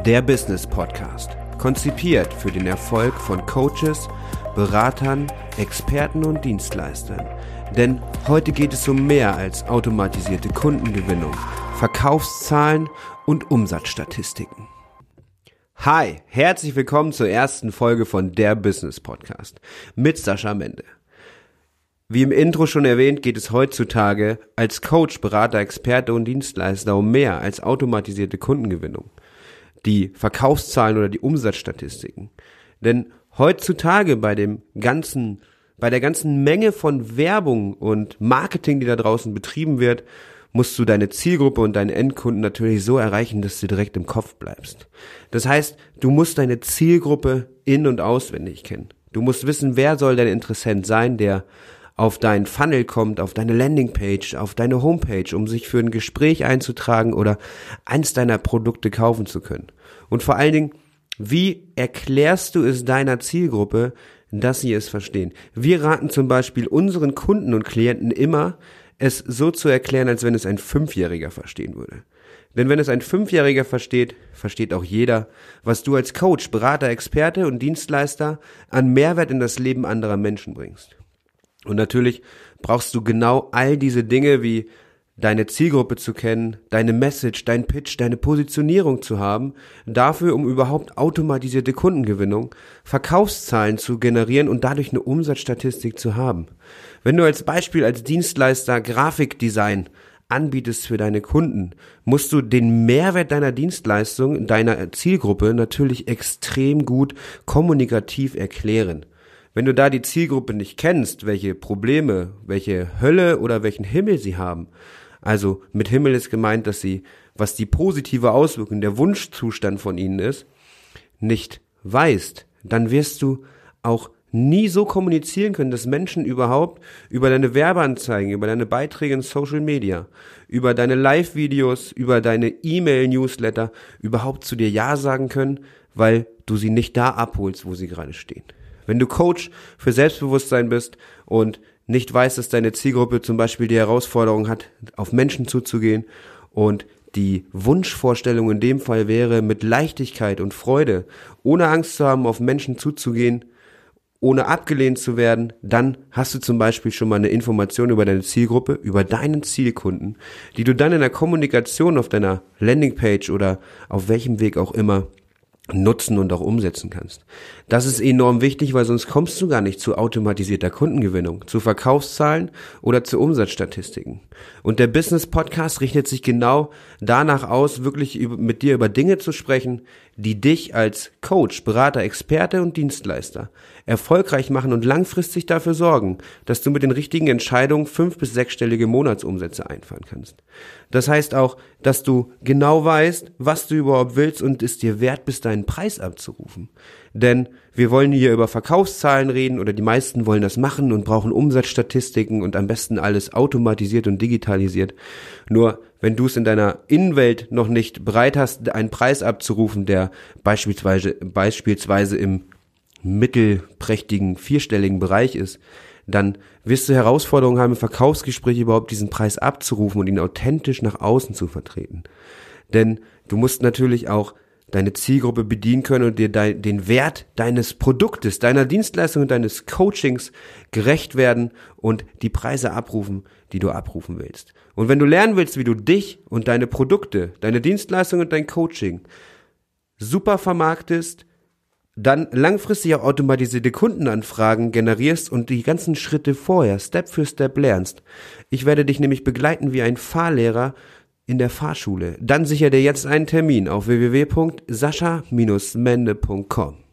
Der Business Podcast, konzipiert für den Erfolg von Coaches, Beratern, Experten und Dienstleistern. Denn heute geht es um mehr als automatisierte Kundengewinnung, Verkaufszahlen und Umsatzstatistiken. Hi, herzlich willkommen zur ersten Folge von Der Business Podcast mit Sascha Mende. Wie im Intro schon erwähnt, geht es heutzutage als Coach, Berater, Experte und Dienstleister um mehr als automatisierte Kundengewinnung, die Verkaufszahlen oder die Umsatzstatistiken. Denn heutzutage bei der ganzen Menge von Werbung und Marketing, die da draußen betrieben wird, musst du deine Zielgruppe und deinen Endkunden natürlich so erreichen, dass du direkt im Kopf bleibst. Das heißt, du musst deine Zielgruppe in- und auswendig kennen. Du musst wissen, wer soll dein Interessent sein, der auf deinen Funnel kommt, auf deine Landingpage, auf deine Homepage, um sich für ein Gespräch einzutragen oder eins deiner Produkte kaufen zu können. Und vor allen Dingen, wie erklärst du es deiner Zielgruppe, dass sie es verstehen? Wir raten zum Beispiel unseren Kunden und Klienten immer, es so zu erklären, als wenn es ein 5-Jähriger verstehen würde. Denn wenn es ein 5-Jähriger versteht, versteht auch jeder, was du als Coach, Berater, Experte und Dienstleister an Mehrwert in das Leben anderer Menschen bringst. Und natürlich brauchst du genau all diese Dinge wie deine Zielgruppe zu kennen, deine Message, dein Pitch, deine Positionierung zu haben, dafür, um überhaupt automatisierte Kundengewinnung, Verkaufszahlen zu generieren und dadurch eine Umsatzstatistik zu haben. Wenn du als Beispiel als Dienstleister Grafikdesign anbietest für deine Kunden, musst du den Mehrwert deiner Dienstleistung, deiner Zielgruppe natürlich extrem gut kommunikativ erklären. Wenn du da die Zielgruppe nicht kennst, welche Probleme, welche Hölle oder welchen Himmel sie haben, also mit Himmel ist gemeint, dass sie, was die positive Auswirkung, der Wunschzustand von ihnen ist, nicht weißt, dann wirst du auch nie so kommunizieren können, dass Menschen überhaupt über deine Werbeanzeigen, über deine Beiträge in Social Media, über deine Live-Videos, über deine E-Mail-Newsletter überhaupt zu dir Ja sagen können, weil du sie nicht da abholst, wo sie gerade stehen. Wenn du Coach für Selbstbewusstsein bist und nicht weißt, dass deine Zielgruppe zum Beispiel die Herausforderung hat, auf Menschen zuzugehen und die Wunschvorstellung in dem Fall wäre, mit Leichtigkeit und Freude, ohne Angst zu haben, auf Menschen zuzugehen, ohne abgelehnt zu werden, dann hast du zum Beispiel schon mal eine Information über deine Zielgruppe, über deinen Zielkunden, die du dann in der Kommunikation auf deiner Landingpage oder auf welchem Weg auch immer nutzen und auch umsetzen kannst. Das ist enorm wichtig, weil sonst kommst du gar nicht zu automatisierter Kundengewinnung, zu Verkaufszahlen oder zu Umsatzstatistiken. Und der Business Podcast richtet sich genau danach aus, wirklich mit dir über Dinge zu sprechen, die dich als Coach, Berater, Experte und Dienstleister erfolgreich machen und langfristig dafür sorgen, dass du mit den richtigen Entscheidungen 5- bis 6-stellige Monatsumsätze einfahren kannst. Das heißt auch, dass du genau weißt, was du überhaupt willst und es dir wert bist, deinen Preis abzurufen. Denn wir wollen hier über Verkaufszahlen reden oder die meisten wollen das machen und brauchen Umsatzstatistiken und am besten alles automatisiert und digitalisiert. Nur wenn du es in deiner Innenwelt noch nicht bereit hast, einen Preis abzurufen, der beispielsweise im mittelprächtigen 4-stelligen Bereich ist, dann wirst du Herausforderungen haben, im Verkaufsgespräch überhaupt diesen Preis abzurufen und ihn authentisch nach außen zu vertreten. Denn du musst natürlich auch deine Zielgruppe bedienen können und dir den Wert deines Produktes, deiner Dienstleistung und deines Coachings gerecht werden und die Preise abrufen, die du abrufen willst. Und wenn du lernen willst, wie du dich und deine Produkte, deine Dienstleistung und dein Coaching super vermarktest, dann langfristig auch automatisierte Kundenanfragen generierst und die ganzen Schritte vorher Step für Step lernst. Ich werde dich nämlich begleiten wie ein Fahrlehrer in der Fahrschule. Dann sicher dir jetzt einen Termin auf www.sascha-mende.com.